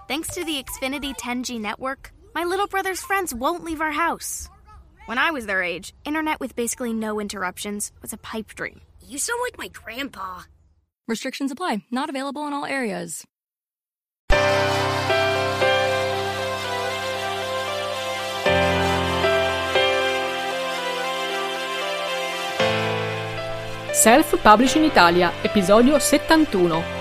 Thanks to the Xfinity 10G network, my little brother's friends won't leave our house. When I was their age, internet with basically no interruptions was a pipe dream. You sound like my grandpa. Restrictions apply. Not available in all areas. Self-Publishing Italia, episodio 71.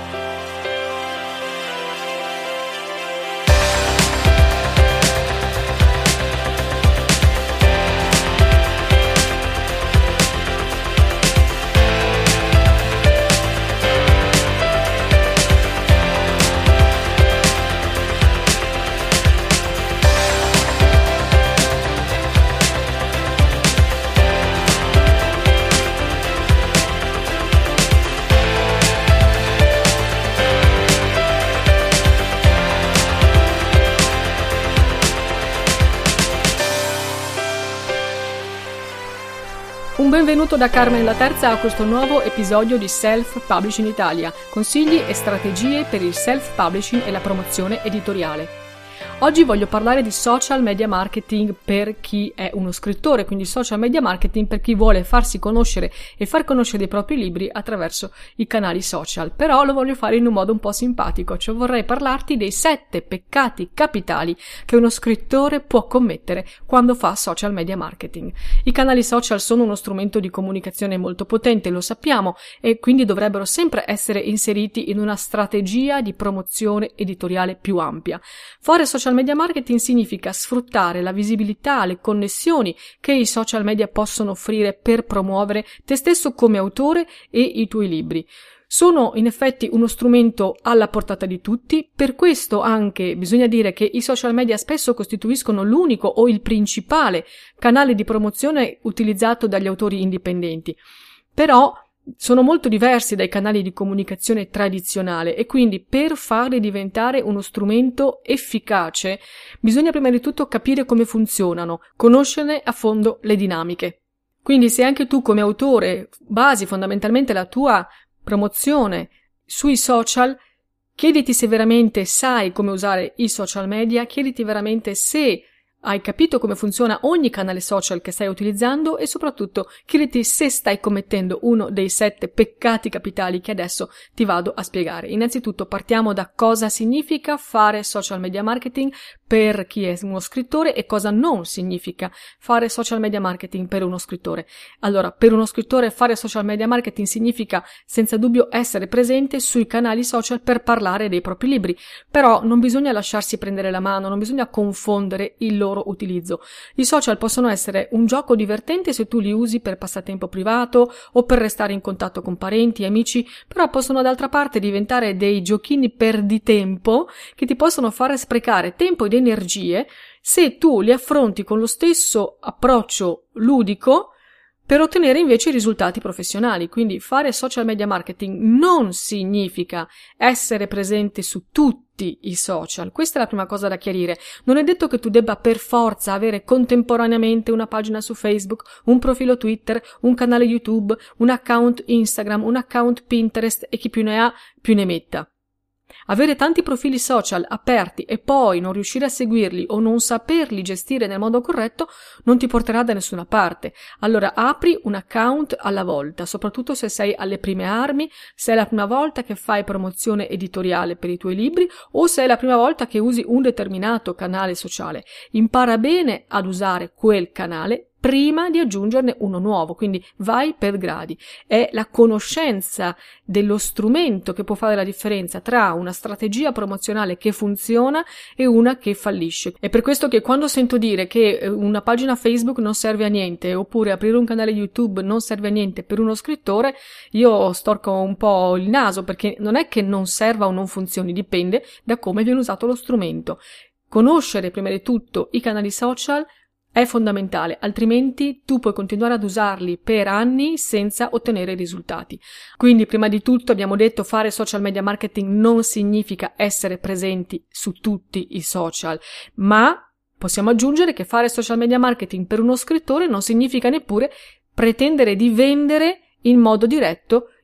Un benvenuto da Carmen la Terza a questo nuovo episodio di Self-Publishing Italia, consigli e strategie per il self-publishing e la promozione editoriale. Oggi voglio parlare di social media marketing per chi è uno scrittore, quindi social media marketing per chi vuole farsi conoscere e far conoscere i propri libri attraverso i canali social. Però lo voglio fare in un modo un po' simpatico, cioè vorrei parlarti dei 7 peccati capitali che uno scrittore può commettere quando fa social media marketing. I canali social sono uno strumento di comunicazione molto potente, lo sappiamo, e quindi dovrebbero sempre essere inseriti in una strategia di promozione editoriale più ampia. Fare social media marketing significa sfruttare la visibilità, le connessioni che i social media possono offrire per promuovere te stesso come autore e i tuoi libri. Sono in effetti uno strumento alla portata di tutti, per questo anche bisogna dire che i social media spesso costituiscono l'unico o il principale canale di promozione utilizzato dagli autori indipendenti. Però sono molto diversi dai canali di comunicazione tradizionale e quindi per farli diventare uno strumento efficace bisogna prima di tutto capire come funzionano, conoscerne a fondo le dinamiche. Quindi se anche tu come autore basi fondamentalmente la tua promozione sui social, chiediti se veramente sai come usare i social media, chiediti veramente se hai capito come funziona ogni canale social che stai utilizzando e soprattutto chiediti se stai commettendo uno dei 7 peccati capitali che adesso ti vado a spiegare. Innanzitutto partiamo da cosa significa fare social media marketing per chi è uno scrittore e cosa non significa fare social media marketing per uno scrittore. Allora, per uno scrittore fare social media marketing significa senza dubbio essere presente sui canali social per parlare dei propri libri, però non bisogna lasciarsi prendere la mano, non bisogna confondere il loro utilizzo. I social possono essere un gioco divertente se tu li usi per passatempo privato o per restare in contatto con parenti e amici, però possono d'altra parte diventare dei giochini perditempo che ti possono fare sprecare tempo ed energie se tu li affronti con lo stesso approccio ludico per ottenere invece risultati professionali. Quindi fare social media marketing non significa essere presente su tutti i social. Questa è la prima cosa da chiarire. Non è detto che tu debba per forza avere contemporaneamente una pagina su Facebook, un profilo Twitter, un canale YouTube, un account Instagram, un account Pinterest e chi più ne ha più ne metta. Avere tanti profili social aperti e poi non riuscire a seguirli o non saperli gestire nel modo corretto non ti porterà da nessuna parte. Allora apri un account alla volta, soprattutto se sei alle prime armi, se è la prima volta che fai promozione editoriale per i tuoi libri o se è la prima volta che usi un determinato canale sociale. Impara bene ad usare quel canale prima di aggiungerne uno nuovo, quindi vai per gradi. È la conoscenza dello strumento che può fare la differenza tra una strategia promozionale che funziona e una che fallisce. È per questo che quando sento dire che una pagina Facebook non serve a niente oppure aprire un canale YouTube non serve a niente per uno scrittore, io storco un po' il naso, perché non è che non serva o non funzioni, dipende da come viene usato lo strumento. Conoscere prima di tutto i canali social è fondamentale, altrimenti tu puoi continuare ad usarli per anni senza ottenere risultati. Quindi prima di tutto abbiamo detto fare social media marketing non significa essere presenti su tutti i social, ma possiamo aggiungere che fare social media marketing per uno scrittore non significa neppure pretendere di vendere in modo diretto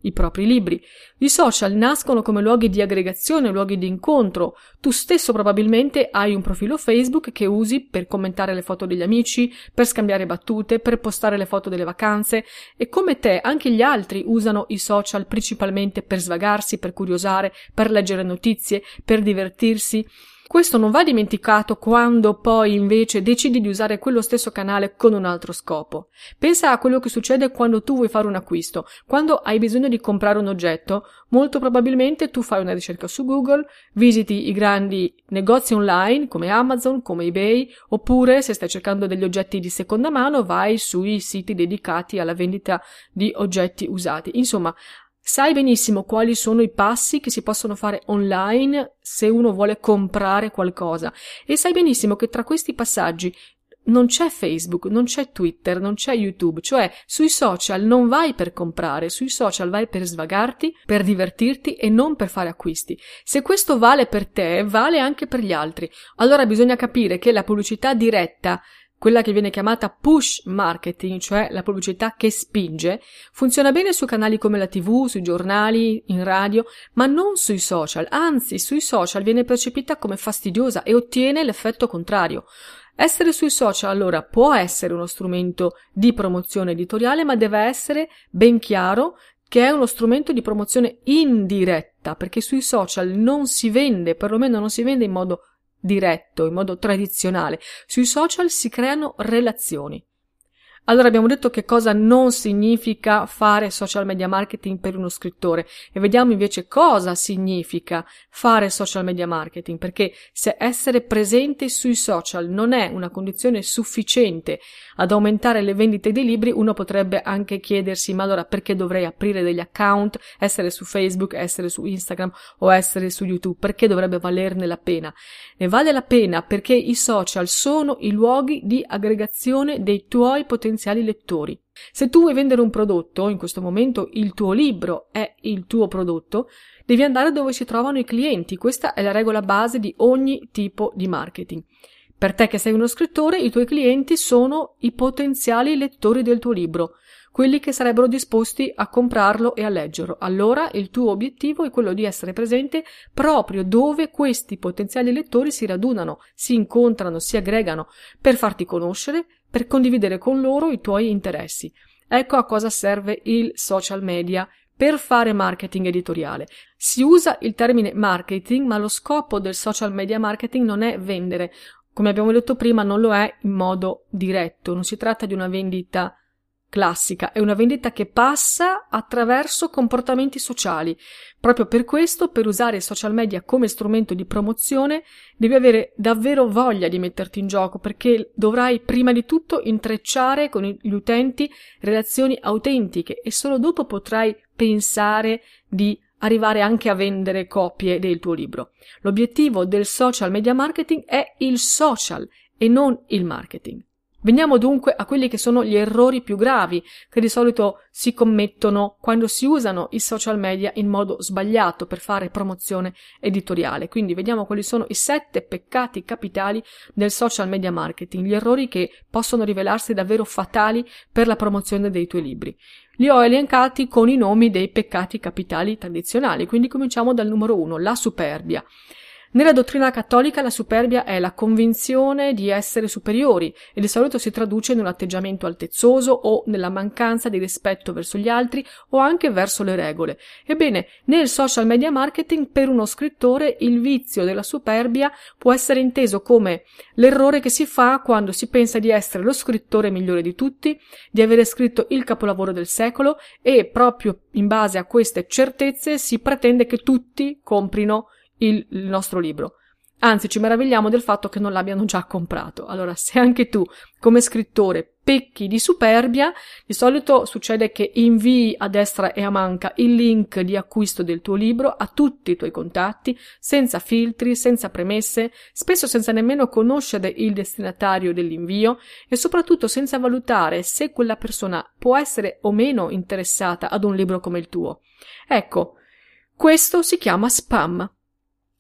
i propri libri. I social nascono come luoghi di aggregazione, luoghi di incontro. Tu stesso probabilmente hai un profilo Facebook che usi per commentare le foto degli amici, per scambiare battute, per postare le foto delle vacanze, e come te anche gli altri usano i social principalmente per svagarsi, per curiosare, per leggere notizie, per divertirsi. Questo non va dimenticato quando poi invece decidi di usare quello stesso canale con un altro scopo. Pensa a quello che succede quando tu vuoi fare un acquisto. Quando hai bisogno di comprare un oggetto, molto probabilmente tu fai una ricerca su Google, visiti i grandi negozi online come Amazon, come eBay, oppure se stai cercando degli oggetti di seconda mano vai sui siti dedicati alla vendita di oggetti usati. Insomma, sai benissimo quali sono i passi che si possono fare online se uno vuole comprare qualcosa, e sai benissimo che tra questi passaggi non c'è Facebook, non c'è Twitter, non c'è YouTube, cioè sui social non vai per comprare, sui social vai per svagarti, per divertirti e non per fare acquisti. Se questo vale per te, vale anche per gli altri. Allora bisogna capire che la pubblicità diretta, quella che viene chiamata push marketing, cioè la pubblicità che spinge, funziona bene su canali come la TV, sui giornali, in radio, ma non sui social. Anzi, sui social viene percepita come fastidiosa e ottiene l'effetto contrario. Essere sui social allora può essere uno strumento di promozione editoriale, ma deve essere ben chiaro che è uno strumento di promozione indiretta, perché sui social non si vende, perlomeno non si vende in modo diretto, in modo tradizionale. Sui social si creano relazioni. Allora abbiamo detto che cosa non significa fare social media marketing per uno scrittore, e vediamo invece cosa significa fare social media marketing, perché se essere presente sui social non è una condizione sufficiente ad aumentare le vendite dei libri, uno potrebbe anche chiedersi: ma allora perché dovrei aprire degli account, essere su Facebook, essere su Instagram o essere su YouTube? Perché dovrebbe valerne la pena? Ne vale la pena perché i social sono i luoghi di aggregazione dei tuoi potenziali lettori. Se tu vuoi vendere un prodotto, in questo momento il tuo libro è il tuo prodotto, devi andare dove si trovano i clienti. Questa è la regola base di ogni tipo di marketing. Per te che sei uno scrittore, i tuoi clienti sono i potenziali lettori del tuo libro, quelli che sarebbero disposti a comprarlo e a leggerlo. Allora il tuo obiettivo è quello di essere presente proprio dove questi potenziali lettori si radunano, si incontrano, si aggregano, per farti conoscere, per condividere con loro i tuoi interessi. Ecco a cosa serve il social media per fare marketing editoriale. Si usa il termine marketing, ma lo scopo del social media marketing non è vendere. Come abbiamo detto prima, non lo è in modo diretto, non si tratta di una vendita classica, è una vendita che passa attraverso comportamenti sociali. Proprio per questo, per usare i social media come strumento di promozione, devi avere davvero voglia di metterti in gioco, perché dovrai prima di tutto intrecciare con gli utenti relazioni autentiche e solo dopo potrai pensare di arrivare anche a vendere copie del tuo libro. L'obiettivo del social media marketing è il social e non il marketing. Veniamo dunque a quelli che sono gli errori più gravi che di solito si commettono quando si usano i social media in modo sbagliato per fare promozione editoriale. Quindi vediamo quali sono i 7 peccati capitali del social media marketing, gli errori che possono rivelarsi davvero fatali per la promozione dei tuoi libri. Li ho elencati con i nomi dei peccati capitali tradizionali, quindi cominciamo dal numero 1, la superbia. Nella dottrina cattolica la superbia è la convinzione di essere superiori e di solito si traduce in un atteggiamento altezzoso o nella mancanza di rispetto verso gli altri o anche verso le regole. Ebbene, nel social media marketing per uno scrittore il vizio della superbia può essere inteso come l'errore che si fa quando si pensa di essere lo scrittore migliore di tutti, di avere scritto il capolavoro del secolo e proprio in base a queste certezze si pretende che tutti comprino il nostro libro. Anzi, ci meravigliamo del fatto che non l'abbiano già comprato. Allora, se anche tu, come scrittore, pecchi di superbia, di solito succede che invii a destra e a manca il link di acquisto del tuo libro a tutti i tuoi contatti, senza filtri, senza premesse, spesso senza nemmeno conoscere il destinatario dell'invio e soprattutto senza valutare se quella persona può essere o meno interessata ad un libro come il tuo. Ecco, questo si chiama spam.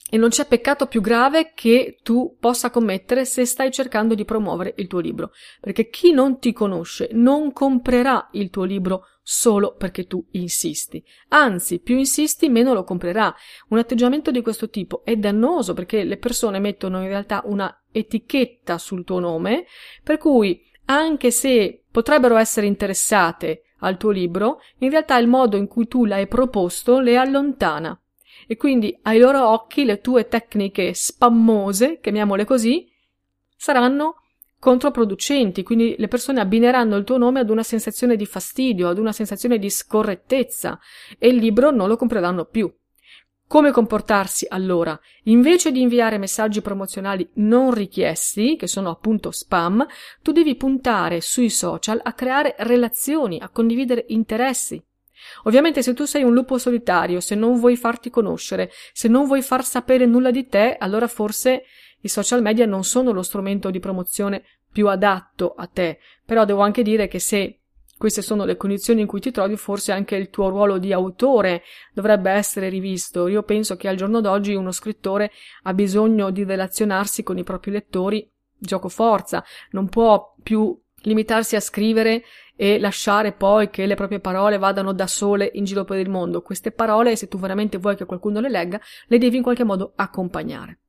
E non c'è peccato più grave che tu possa commettere se stai cercando di promuovere il tuo libro, perché chi non ti conosce non comprerà il tuo libro solo perché tu insisti. Anzi, più insisti, meno lo comprerà. Un atteggiamento di questo tipo è dannoso perché le persone mettono in realtà una etichetta sul tuo nome, per cui anche se potrebbero essere interessate al tuo libro, in realtà il modo in cui tu l'hai proposto le allontana. E quindi ai loro occhi le tue tecniche spammose, chiamiamole così, saranno controproducenti, quindi le persone abbineranno il tuo nome ad una sensazione di fastidio, ad una sensazione di scorrettezza e il libro non lo compreranno più. Come comportarsi allora? Invece di inviare messaggi promozionali non richiesti, che sono appunto spam, tu devi puntare sui social a creare relazioni, a condividere interessi. Ovviamente se tu sei un lupo solitario, se non vuoi farti conoscere, se non vuoi far sapere nulla di te, allora forse i social media non sono lo strumento di promozione più adatto a te. Però devo anche dire che se queste sono le condizioni in cui ti trovi, forse anche il tuo ruolo di autore dovrebbe essere rivisto. Io penso che al giorno d'oggi uno scrittore ha bisogno di relazionarsi con i propri lettori gioco forza, non può più limitarsi a scrivere e lasciare poi che le proprie parole vadano da sole in giro per il mondo. Queste parole, se tu veramente vuoi che qualcuno le legga, le devi in qualche modo accompagnare.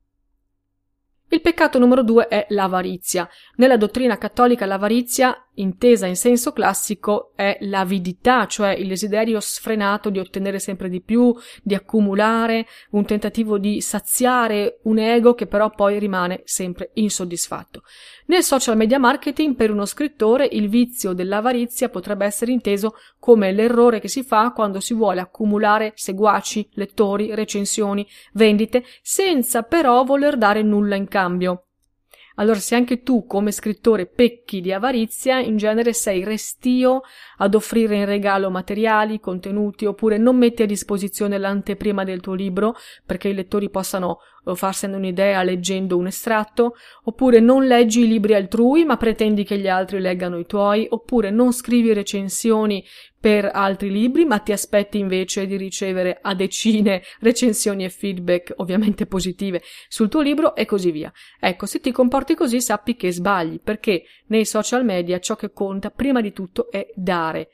Il peccato numero 2 è l'avarizia. Nella dottrina cattolica l'avarizia, intesa in senso classico, è l'avidità, cioè il desiderio sfrenato di ottenere sempre di più, di accumulare, un tentativo di saziare un ego che però poi rimane sempre insoddisfatto. Nel social media marketing, per uno scrittore, il vizio dell'avarizia potrebbe essere inteso come l'errore che si fa quando si vuole accumulare seguaci, lettori, recensioni, vendite, senza però voler dare nulla in cambio. Allora, se anche tu come scrittore pecchi di avarizia, in genere sei restio ad offrire in regalo materiali, contenuti, oppure non metti a disposizione l'anteprima del tuo libro perché i lettori possano farsene un'idea leggendo un estratto, oppure non leggi i libri altrui ma pretendi che gli altri leggano i tuoi, oppure non scrivi recensioni per altri libri ma ti aspetti invece di ricevere a decine recensioni e feedback ovviamente positive sul tuo libro e così via. Ecco, se ti comporti così sappi che sbagli, perché nei social media ciò che conta prima di tutto è dare.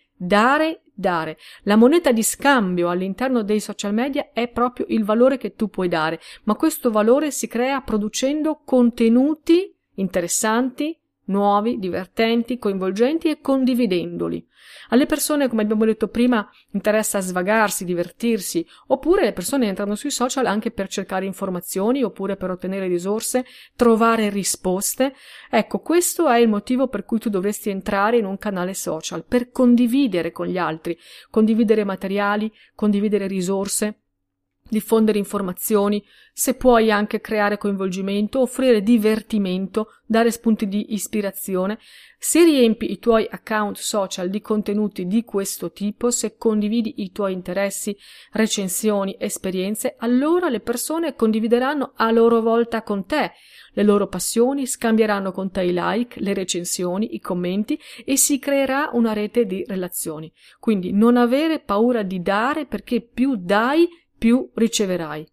La moneta di scambio all'interno dei social media è proprio il valore che tu puoi dare, ma questo valore si crea producendo contenuti interessanti, nuovi, divertenti, coinvolgenti e condividendoli. Alle persone, come abbiamo detto prima, interessa svagarsi, divertirsi, oppure le persone entrano sui social anche per cercare informazioni, oppure per ottenere risorse, trovare risposte. Ecco, questo è il motivo per cui tu dovresti entrare in un canale social, per condividere con gli altri, condividere materiali, condividere risorse, diffondere informazioni, se puoi anche creare coinvolgimento, offrire divertimento, dare spunti di ispirazione. Se riempi i tuoi account social di contenuti di questo tipo, se condividi i tuoi interessi, recensioni, esperienze, allora le persone condivideranno a loro volta con te le loro passioni, scambieranno con te i like, le recensioni, i commenti e si creerà una rete di relazioni. Quindi non avere paura di dare, perché più dai, più riceverai.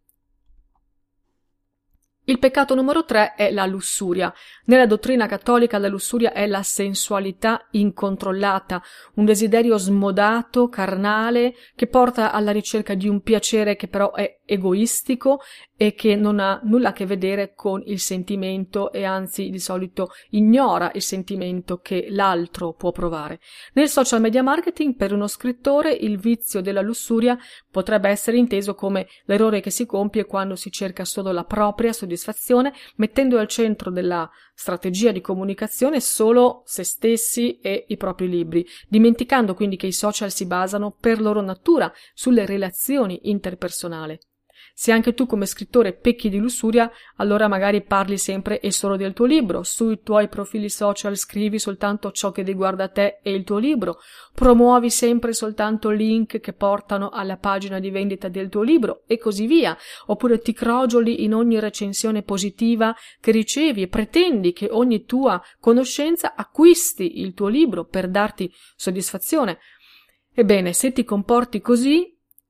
Il peccato numero 3 è la lussuria. Nella dottrina cattolica la lussuria è la sensualità incontrollata, un desiderio smodato, carnale, che porta alla ricerca di un piacere che però è egoistico e che non ha nulla a che vedere con il sentimento e anzi di solito ignora il sentimento che l'altro può provare. Nel social media marketing, per uno scrittore, il vizio della lussuria potrebbe essere inteso come l'errore che si compie quando si cerca solo la propria soddisfazione, mettendo al centro della strategia di comunicazione solo se stessi e i propri libri, dimenticando quindi che i social si basano per loro natura sulle relazioni interpersonali. Se anche tu come scrittore pecchi di lussuria, allora magari parli sempre e solo del tuo libro, sui tuoi profili social scrivi soltanto ciò che riguarda te e il tuo libro, promuovi sempre soltanto link che portano alla pagina di vendita del tuo libro e così via, oppure ti crogioli in ogni recensione positiva che ricevi e pretendi che ogni tua conoscenza acquisti il tuo libro per darti soddisfazione. Ebbene, se ti comporti così,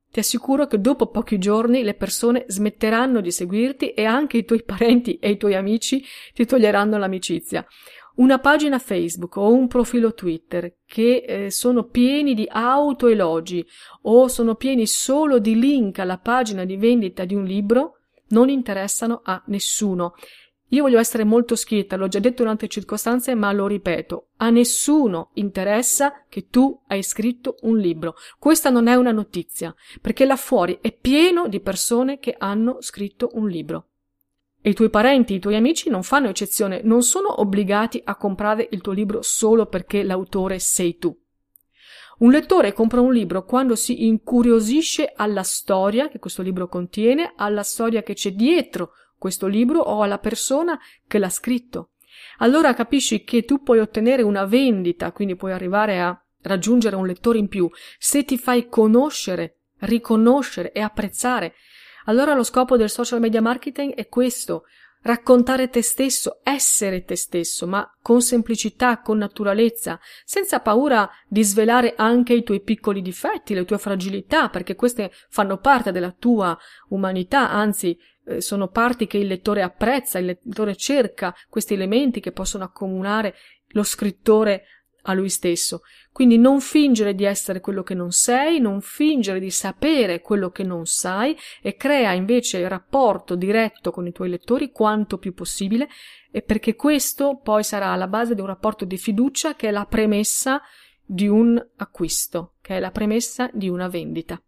ti assicuro che dopo pochi giorni le persone smetteranno di seguirti e anche i tuoi parenti e i tuoi amici ti toglieranno l'amicizia. Una pagina Facebook o un profilo Twitter che sono pieni di autoelogi o sono pieni solo di link alla pagina di vendita di un libro non interessano a nessuno. Io voglio essere molto schietta, l'ho già detto in altre circostanze, ma lo ripeto, a nessuno interessa che tu hai scritto un libro. Questa non è una notizia, perché là fuori è pieno di persone che hanno scritto un libro. E i tuoi parenti, i tuoi amici non fanno eccezione, non sono obbligati a comprare il tuo libro solo perché l'autore sei tu. Un lettore compra un libro quando si incuriosisce alla storia che questo libro contiene, alla storia che c'è dietro questo libro o alla persona che l'ha scritto. Allora capisci che tu puoi ottenere una vendita, quindi puoi arrivare a raggiungere un lettore in più, se ti fai conoscere, riconoscere e apprezzare. Allora lo scopo del social media marketing è questo: raccontare te stesso, essere te stesso, ma con semplicità, con naturalezza, senza paura di svelare anche i tuoi piccoli difetti, le tue fragilità, perché queste fanno parte della tua umanità, anzi sono parti che il lettore apprezza, il lettore cerca questi elementi che possono accomunare lo scrittore a lui stesso. Quindi non fingere di essere quello che non sei, non fingere di sapere quello che non sai e crea invece rapporto diretto con i tuoi lettori quanto più possibile, e perché questo poi sarà alla base di un rapporto di fiducia che è la premessa di un acquisto, che è la premessa di una vendita.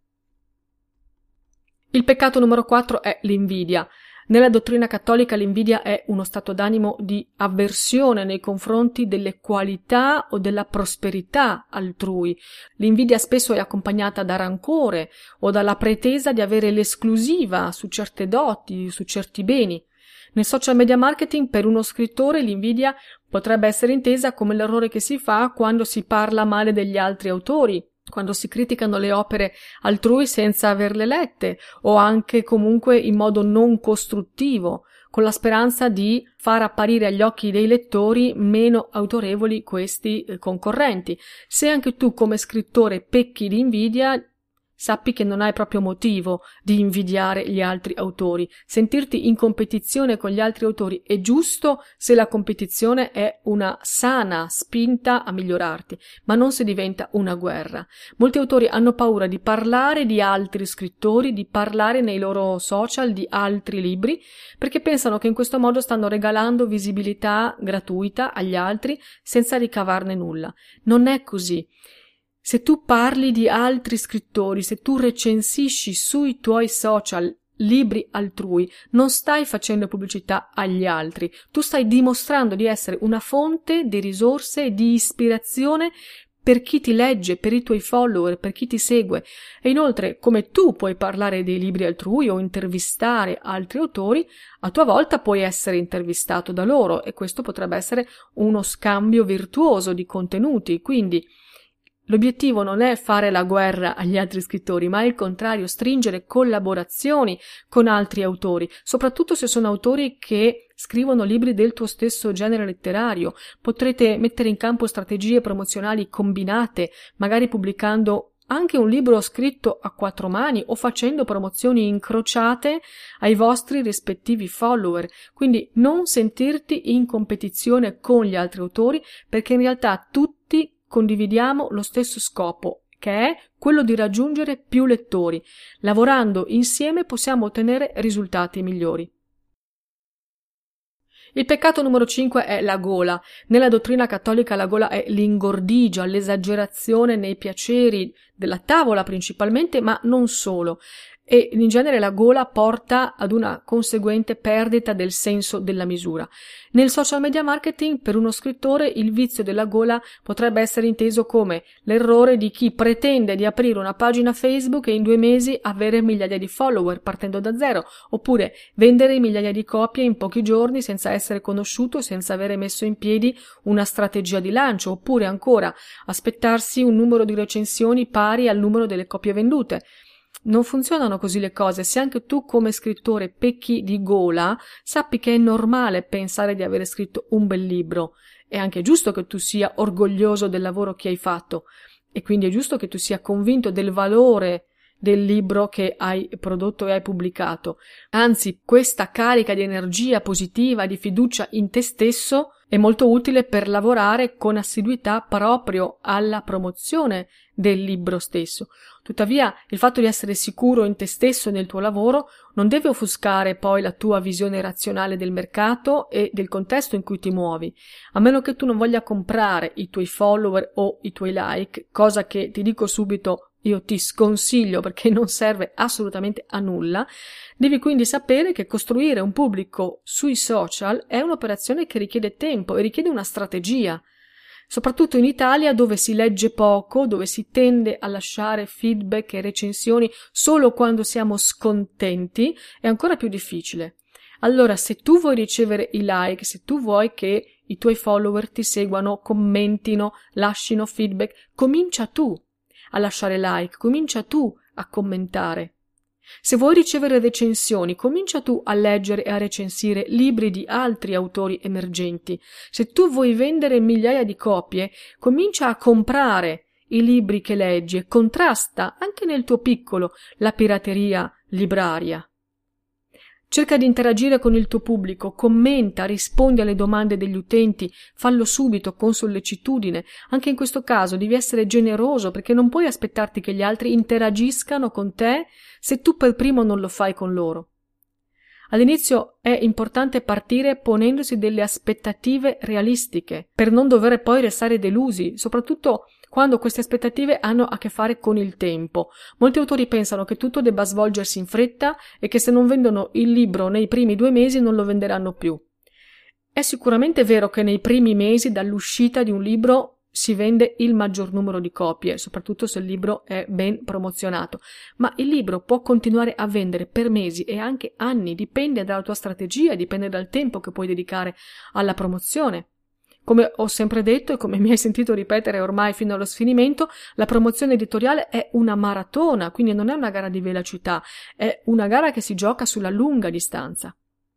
Il peccato numero 4 è l'invidia. Nella dottrina cattolica l'invidia è uno stato d'animo di avversione nei confronti delle qualità o della prosperità altrui. L'invidia spesso è accompagnata da rancore o dalla pretesa di avere l'esclusiva su certe doti, su certi beni. Nel social media marketing, per uno scrittore, l'invidia potrebbe essere intesa come l'errore che si fa quando si parla male degli altri autori, quando si criticano le opere altrui senza averle lette, o anche comunque in modo non costruttivo, con la speranza di far apparire agli occhi dei lettori meno autorevoli questi concorrenti. Se anche tu come scrittore pecchi di invidia, sappi che non hai proprio motivo di invidiare gli altri autori. Sentirti in competizione con gli altri autori è giusto se la competizione è una sana spinta a migliorarti, ma non se diventa una guerra. Molti autori hanno paura di parlare di altri scrittori, di parlare nei loro social di altri libri, perché pensano che in questo modo stanno regalando visibilità gratuita agli altri senza ricavarne nulla. Non è così. Se tu parli di altri scrittori, se tu recensisci sui tuoi social libri altrui, non stai facendo pubblicità agli altri, tu stai dimostrando di essere una fonte di risorse e di ispirazione per chi ti legge, per i tuoi follower, per chi ti segue. E inoltre, come tu puoi parlare dei libri altrui o intervistare altri autori, a tua volta puoi essere intervistato da loro, e questo potrebbe essere uno scambio virtuoso di contenuti. Quindi l'obiettivo non è fare la guerra agli altri scrittori, ma è il contrario, stringere collaborazioni con altri autori, soprattutto se sono autori che scrivono libri del tuo stesso genere letterario. Potrete mettere in campo strategie promozionali combinate, magari pubblicando anche un libro scritto a quattro mani o facendo promozioni incrociate ai vostri rispettivi follower. Quindi non sentirti in competizione con gli altri autori, perché in realtà tutti condividiamo lo stesso scopo, che è quello di raggiungere più lettori. Lavorando insieme possiamo ottenere risultati migliori. Il peccato numero 5 è la gola. Nella dottrina cattolica la gola è l'ingordigia, l'esagerazione nei piaceri della tavola principalmente, ma non solo. E in genere la gola porta ad una conseguente perdita del senso della misura. Nel social media marketing, per uno scrittore, il vizio della gola potrebbe essere inteso come l'errore di chi pretende di aprire una pagina Facebook e in 2 mesi avere migliaia di follower partendo da zero, oppure vendere migliaia di copie in pochi giorni senza essere conosciuto, senza avere messo in piedi una strategia di lancio, oppure ancora aspettarsi un numero di recensioni pari al numero delle copie vendute. Non funzionano così le cose. Se anche tu come scrittore pecchi di gola, sappi che è normale pensare di avere scritto un bel libro. È anche giusto che tu sia orgoglioso del lavoro che hai fatto, e quindi è giusto che tu sia convinto del valore del libro che hai prodotto e hai pubblicato. Anzi, questa carica di energia positiva, di fiducia in te stesso è molto utile per lavorare con assiduità proprio alla promozione del libro stesso. Tuttavia, il fatto di essere sicuro in te stesso e nel tuo lavoro non deve offuscare poi la tua visione razionale del mercato e del contesto in cui ti muovi, a meno che tu non voglia comprare i tuoi follower o i tuoi like, cosa che ti dico subito io ti sconsiglio perché non serve assolutamente a nulla. Devi quindi sapere che costruire un pubblico sui social è un'operazione che richiede tempo e richiede una strategia. Soprattutto in Italia, dove si legge poco, dove si tende a lasciare feedback e recensioni solo quando siamo scontenti, è ancora più difficile. Allora, se tu vuoi ricevere i like, se tu vuoi che i tuoi follower ti seguano, commentino, lasciano feedback, comincia tu a lasciare like, comincia tu a commentare. Se vuoi ricevere recensioni, comincia tu a leggere e a recensire libri di altri autori emergenti. Se tu vuoi vendere migliaia di copie, comincia a comprare i libri che leggi e contrasta, anche nel tuo piccolo, la pirateria libraria. Cerca di interagire con il tuo pubblico, commenta, rispondi alle domande degli utenti, fallo subito, con sollecitudine. Anche in questo caso devi essere generoso perché non puoi aspettarti che gli altri interagiscano con te se tu per primo non lo fai con loro. All'inizio è importante partire ponendosi delle aspettative realistiche per non dover poi restare delusi, soprattutto quando queste aspettative hanno a che fare con il tempo. Molti autori pensano che tutto debba svolgersi in fretta e che se non vendono il libro nei primi 2 mesi non lo venderanno più. È sicuramente vero che nei primi mesi dall'uscita di un libro si vende il maggior numero di copie, soprattutto se il libro è ben promozionato, ma il libro può continuare a vendere per mesi e anche anni, dipende dalla tua strategia, dipende dal tempo che puoi dedicare alla promozione. Come ho sempre detto e come mi hai sentito ripetere ormai fino allo sfinimento, la promozione editoriale è una maratona, quindi non è una gara di velocità, è una gara che si gioca sulla lunga distanza.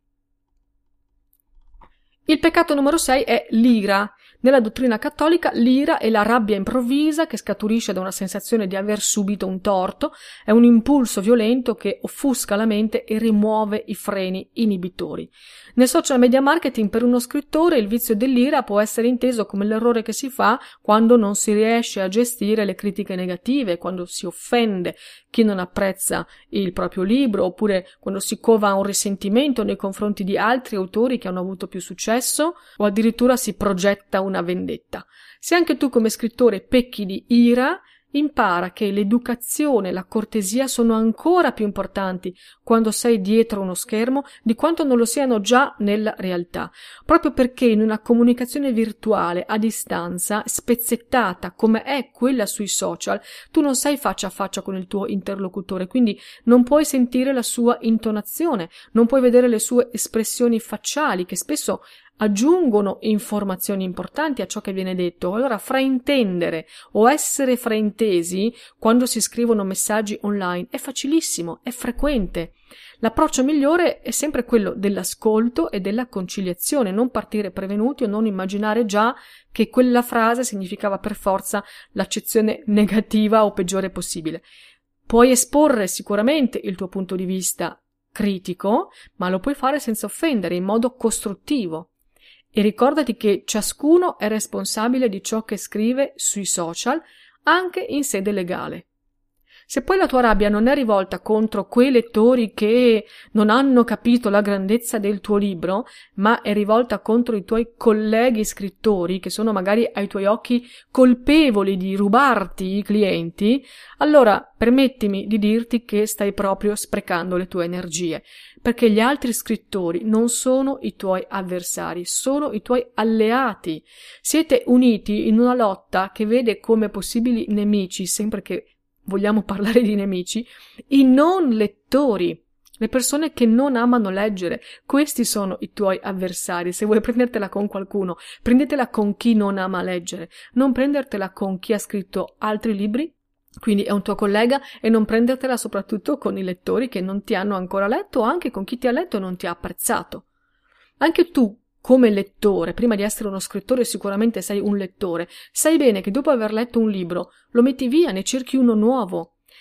Il peccato numero 6 è l'ira. Nella dottrina cattolica l'ira è la rabbia improvvisa che scaturisce da una sensazione di aver subito un torto, è un impulso violento che offusca la mente e rimuove i freni inibitori. Nel social media marketing per uno scrittore il vizio dell'ira può essere inteso come l'errore che si fa quando non si riesce a gestire le critiche negative, quando si offende chi non apprezza il proprio libro, oppure quando si cova un risentimento nei confronti di altri autori che hanno avuto più successo, o addirittura si progetta una vendetta. Se anche tu come scrittore pecchi di ira, impara che l'educazione e la cortesia sono ancora più importanti quando sei dietro uno schermo di quanto non lo siano già nella realtà, proprio perché in una comunicazione virtuale a distanza, spezzettata come è quella sui social, tu non sei faccia a faccia con il tuo interlocutore, quindi non puoi sentire la sua intonazione, non puoi vedere le sue espressioni facciali che spesso aggiungono informazioni importanti a ciò che viene detto. Allora fraintendere o essere fraintesi quando si scrivono messaggi online è facilissimo, è frequente. L'approccio migliore è sempre quello dell'ascolto e della conciliazione, non partire prevenuti o non immaginare già che quella frase significava per forza l'accezione negativa o peggiore possibile. Puoi esporre sicuramente il tuo punto di vista critico, ma lo puoi fare senza offendere, in modo costruttivo. E ricordati che ciascuno è responsabile di ciò che scrive sui social, anche in sede legale. Se poi la tua rabbia non è rivolta contro quei lettori che non hanno capito la grandezza del tuo libro, ma è rivolta contro i tuoi colleghi scrittori, che sono magari ai tuoi occhi colpevoli di rubarti i clienti, allora permettimi di dirti che stai proprio sprecando le tue energie, perché gli altri scrittori non sono i tuoi avversari, sono i tuoi alleati. Siete uniti in una lotta che vede come possibili nemici, sempre che vogliamo parlare di nemici, i non lettori, le persone che non amano leggere. Questi sono i tuoi avversari. Se vuoi prendertela con qualcuno, prendetela con chi non ama leggere, non prendertela con chi ha scritto altri libri, quindi è un tuo collega, e non prendertela soprattutto con i lettori che non ti hanno ancora letto, o anche con chi ti ha letto e non ti ha apprezzato. Anche tu, come lettore, prima di essere uno scrittore sicuramente sei un lettore, sai bene che dopo aver letto un libro lo metti via, ne cerchi uno nuovo.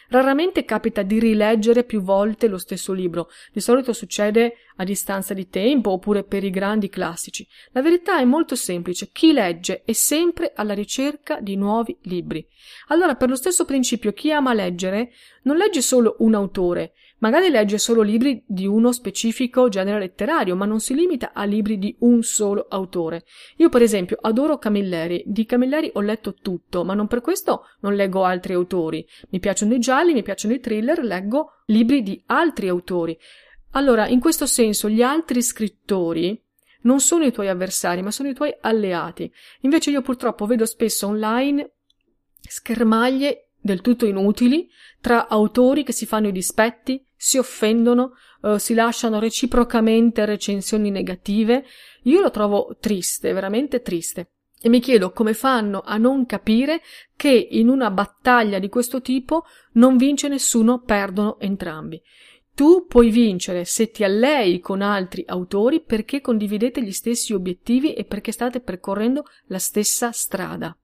Raramente capita di rileggere più volte lo stesso libro, di solito succede a distanza di tempo oppure per i grandi classici. La verità è molto semplice: chi legge è sempre alla ricerca di nuovi libri. Allora, per lo stesso principio, chi ama leggere non legge solo un autore, magari legge solo libri di uno specifico genere letterario, ma non si limita a libri di un solo autore. Io, per esempio, adoro Camilleri. Di Camilleri ho letto tutto, ma non per questo non leggo altri autori. Mi piacciono i gialli, mi piacciono i thriller, leggo libri di altri autori. Allora, in questo senso, gli altri scrittori non sono i tuoi avversari, ma sono i tuoi alleati. Invece io purtroppo vedo spesso online schermaglie del tutto inutili tra autori che si fanno i dispetti, si offendono, si lasciano reciprocamente recensioni negative. Io lo trovo triste, veramente triste. E mi chiedo come fanno a non capire che in una battaglia di questo tipo non vince nessuno, perdono entrambi. Tu puoi vincere se ti allei con altri autori perché condividete gli stessi obiettivi e perché state percorrendo la stessa strada.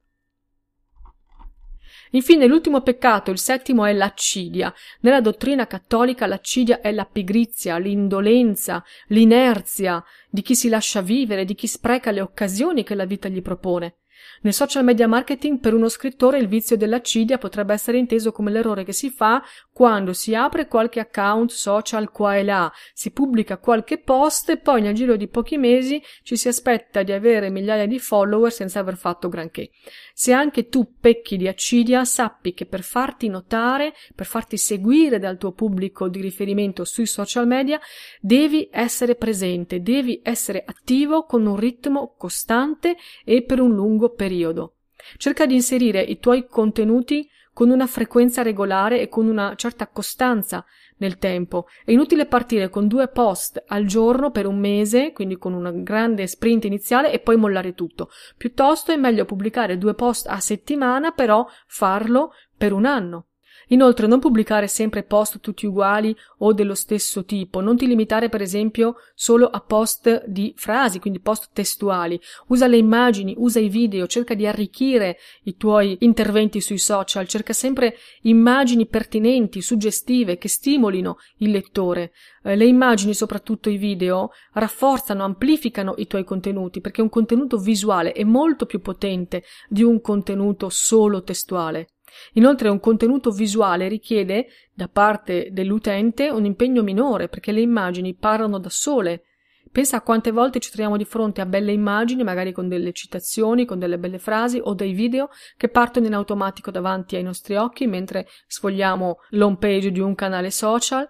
Infine, l'ultimo peccato, il settimo, è l'accidia. Nella dottrina cattolica l'accidia è la pigrizia, l'indolenza, l'inerzia di chi si lascia vivere, di chi spreca le occasioni che la vita gli propone. Nel social media marketing, per uno scrittore, il vizio dell'accidia potrebbe essere inteso come l'errore che si fa quando si apre qualche account social qua e là, si pubblica qualche post e poi nel giro di pochi mesi ci si aspetta di avere migliaia di follower senza aver fatto granché. Se anche tu pecchi di accidia, sappi che per farti notare, per farti seguire dal tuo pubblico di riferimento sui social media, devi essere presente, devi essere attivo con un ritmo costante e per un lungo periodo. Cerca di inserire i tuoi contenuti con una frequenza regolare e con una certa costanza nel tempo. È inutile partire con 2 post al giorno per un mese, quindi con un grande sprint iniziale, e poi mollare tutto. Piuttosto è meglio pubblicare 2 post a settimana, però farlo per un anno. Inoltre, non pubblicare sempre post tutti uguali o dello stesso tipo. Non ti limitare, per esempio, solo a post di frasi, quindi post testuali. Usa le immagini, usa i video, cerca di arricchire i tuoi interventi sui social, cerca sempre immagini pertinenti, suggestive, che stimolino il lettore. Le immagini, soprattutto i video, rafforzano, amplificano i tuoi contenuti, perché un contenuto visuale è molto più potente di un contenuto solo testuale. Inoltre un contenuto visuale richiede da parte dell'utente un impegno minore perché le immagini parlano da sole. Pensa a quante volte ci troviamo di fronte a belle immagini, magari con delle citazioni, con delle belle frasi o dei video che partono in automatico davanti ai nostri occhi mentre sfogliamo l'home page di un canale social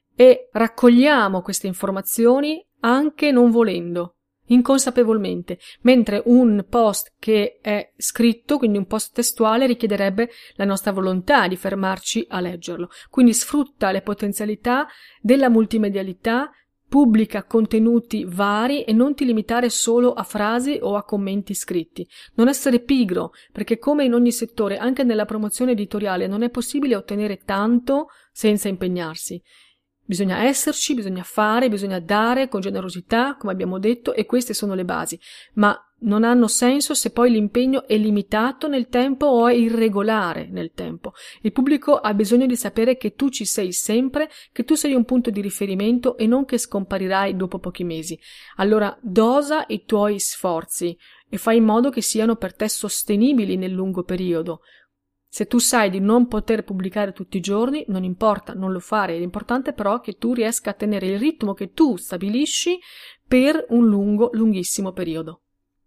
e raccogliamo queste informazioni anche non volendo, inconsapevolmente, mentre un post che è scritto, quindi un post testuale, richiederebbe la nostra volontà di fermarci a leggerlo. Quindi sfrutta le potenzialità della multimedialità, pubblica contenuti vari e non ti limitare solo a frasi o a commenti scritti. Non essere pigro, perché come in ogni settore, anche nella promozione editoriale, non è possibile ottenere tanto senza impegnarsi. Bisogna esserci, bisogna fare, bisogna dare con generosità, come abbiamo detto, e queste sono le basi, ma non hanno senso se poi l'impegno è limitato nel tempo o è irregolare nel tempo. Il pubblico ha bisogno di sapere che tu ci sei sempre, che tu sei un punto di riferimento e non che scomparirai dopo pochi mesi. Allora dosa i tuoi sforzi e fai in modo che siano per te sostenibili nel lungo periodo. Se tu sai di non poter pubblicare tutti i giorni, non importa, non lo fare. L'importante però è che tu riesca a tenere il ritmo che tu stabilisci per un lunghissimo periodo.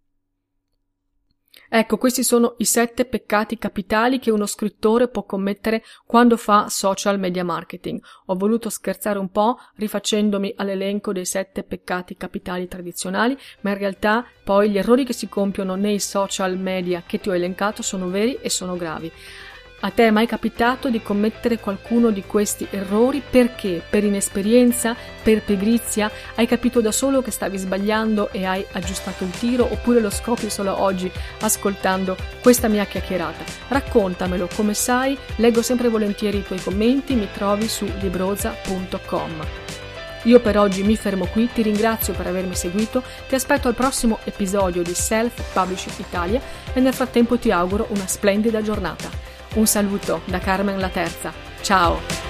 Ecco, questi sono i 7 peccati capitali che uno scrittore può commettere quando fa social media marketing. Ho voluto scherzare un po' rifacendomi all'elenco dei 7 peccati capitali tradizionali, ma in realtà poi gli errori che si compiono nei social media che ti ho elencato sono veri e sono gravi. A te è mai capitato di commettere qualcuno di questi errori? Perché? Per inesperienza? Per pigrizia? Hai capito da solo che stavi sbagliando e hai aggiustato il tiro? Oppure lo scopri solo oggi ascoltando questa mia chiacchierata? Raccontamelo, come sai, leggo sempre volentieri i tuoi commenti, mi trovi su libroza.com. Io per oggi mi fermo qui, ti ringrazio per avermi seguito, ti aspetto al prossimo episodio di Self Publishing Italia e nel frattempo ti auguro una splendida giornata. Un saluto da Carmen la Terza. Ciao!